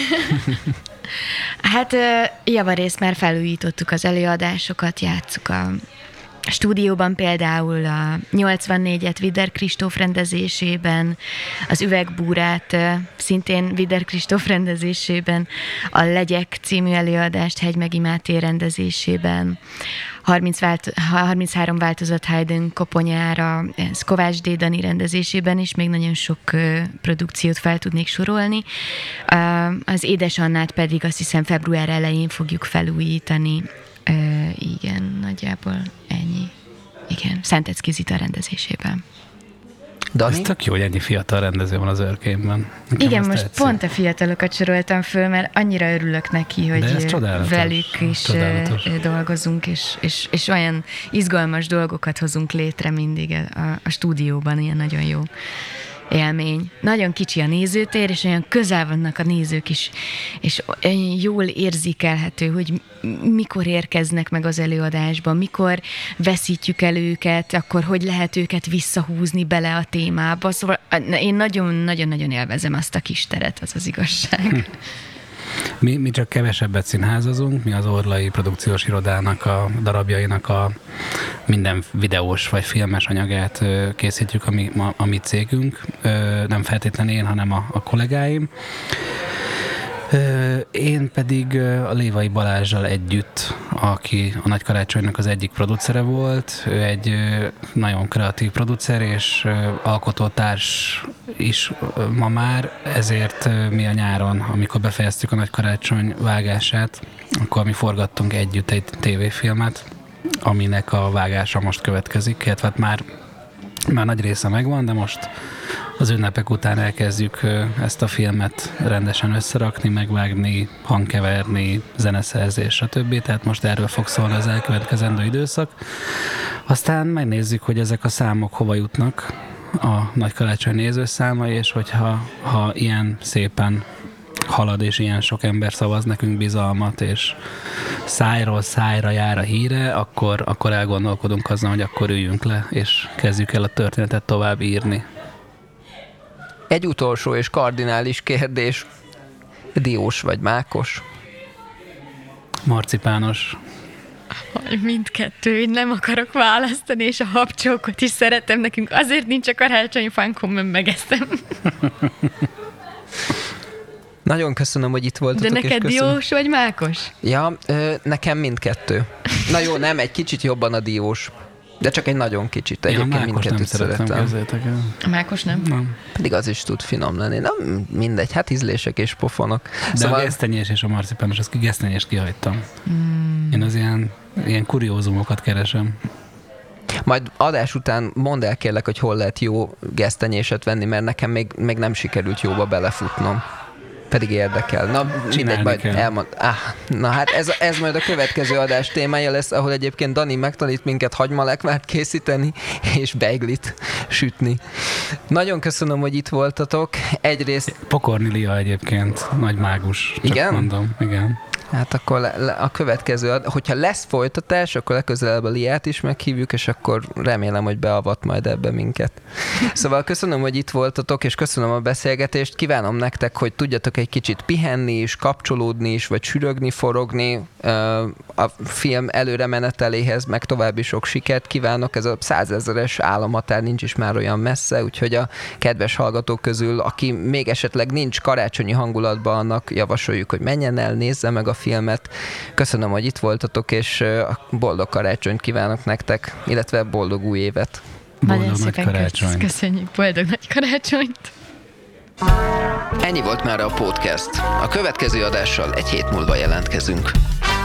Hát javarészt már felújítottuk az előadásokat, játsszuk a stúdióban, például a nyolcvannégyet Vider Kristóf rendezésében, az Üvegbúrát szintén Vider Kristóf rendezésében, a Legyek című előadást Hegymegi Máté rendezésében, harminc vált, harminchárom változat Haydn koponyára, ez Kovács D. Dani rendezésében is, még nagyon sok produkciót fel tudnék sorolni. Az Édes Annát pedig azt hiszem február elején fogjuk felújítani. Uh, igen, nagyjából ennyi. Igen, Szentecki Zita rendezésében. Dani? Ez tök jó, hogy ennyi fiatal rendező van az Örkényben. Nekem igen, most tetszik. pont a fiatalokat soroltam föl, mert annyira örülök neki, hogy velük is csodálatos. dolgozunk, és, és, és olyan izgalmas dolgokat hozunk létre mindig a, a stúdióban, ilyen nagyon jó élmény. Nagyon kicsi a nézőtér, és olyan közel vannak a nézők is, és olyan jól érzékelhető, hogy mikor érkeznek meg az előadásban, mikor veszítjük el őket, akkor hogy lehet őket visszahúzni bele a témába. Szóval én nagyon-nagyon-nagyon élvezem azt a kis teret, az az igazság. Mi, mi csak kevesebbet színházazunk, mi az Orlai Produkciós Irodának a darabjainak a minden videós vagy filmes anyagát készítjük, ami a, a mi cégünk, nem feltétlenül én, hanem a, a kollégáim. Én pedig a Lévai Balázsral együtt, aki a Nagy Karácsonynak az egyik producere volt, ő egy nagyon kreatív producer és alkotótárs is ma már, ezért mi a nyáron, amikor befejeztük a Nagy Karácsony vágását, akkor mi forgattunk együtt egy tévéfilmet, aminek a vágása most következik, illetve hát már, már nagy része megvan, de most az ünnepek után elkezdjük ezt a filmet rendesen összerakni, megvágni, hangkeverni, zeneszerzés, stb. Tehát most erről fog szólni az elkövetkezendő időszak. Aztán megnézzük, hogy ezek a számok hova jutnak, a Nagy Karácsony nézőszámai, és hogyha ha ilyen szépen halad, és ilyen sok ember szavaz nekünk bizalmat, és szájról szájra jár a híre, akkor, akkor elgondolkodunk azon, hogy akkor üljünk le, és kezdjük el a történetet tovább írni. Egy utolsó és kardinális kérdés. Diós vagy mákos? Marcipános. Mindkettő, én nem akarok választani, és a habcsókot is szeretem, nekünk azért nincs a karácsonyfánkon, mert megeszem. Nagyon köszönöm, hogy itt voltatok. De neked diós vagy mákos? Ja, ö, nekem mindkettő. Na jó, nem, egy kicsit jobban a diós. De csak egy nagyon kicsit. Egyébként mindkettőt szeretem. A mákos nem? Nem. Pedig az is tud finom lenni. Na, mindegy, hát ízlések és pofonok. De szóval... a gesztenyés és a marcipános, azt gesztenyést kihagytam. Mm. Én az ilyen, ilyen kuriózumokat keresem. Majd adás után mondd el kérlek, hogy hol lehet jó gesztenyéset venni, mert nekem még, még nem sikerült jóba belefutnom. Pedig érdekel. Na, mindegy, majd elmond. Ah, na hát ez, ez majd a következő adás témája lesz, ahol egyébként Dani megtanít minket hagymalekvárt készíteni, és beiglit sütni. Nagyon köszönöm, hogy itt voltatok. Egyrészt... Pokorni Lia egyébként, nagy mágus. Csak igen? mondom, igen. Hát akkor le, le, a következő, hogyha lesz folytatás, akkor legközelebb a Liát is meghívjuk, és akkor remélem, hogy beavat majd ebbe minket. Szóval köszönöm, hogy itt voltatok, és köszönöm a beszélgetést. Kívánom nektek, hogy tudjatok egy kicsit pihenni is, kapcsolódni is, vagy sürögni, forogni a film előre meneteléhez, meg további sok sikert kívánok. Ez a százezeres államhatár nincs is már olyan messze, úgyhogy a kedves hallgatók közül, aki még esetleg nincs karácsonyi hangulatban, annak javasoljuk, hogy menjen el, nézze meg a filmet. Köszönöm, hogy itt voltatok, és boldog karácsonyt kívánok nektek, illetve boldog új évet. Boldog nagy karácsonyt. Köszönjük, boldog nagy karácsonyt. Ennyi volt már a podcast. A következő adással egy hét múlva jelentkezünk.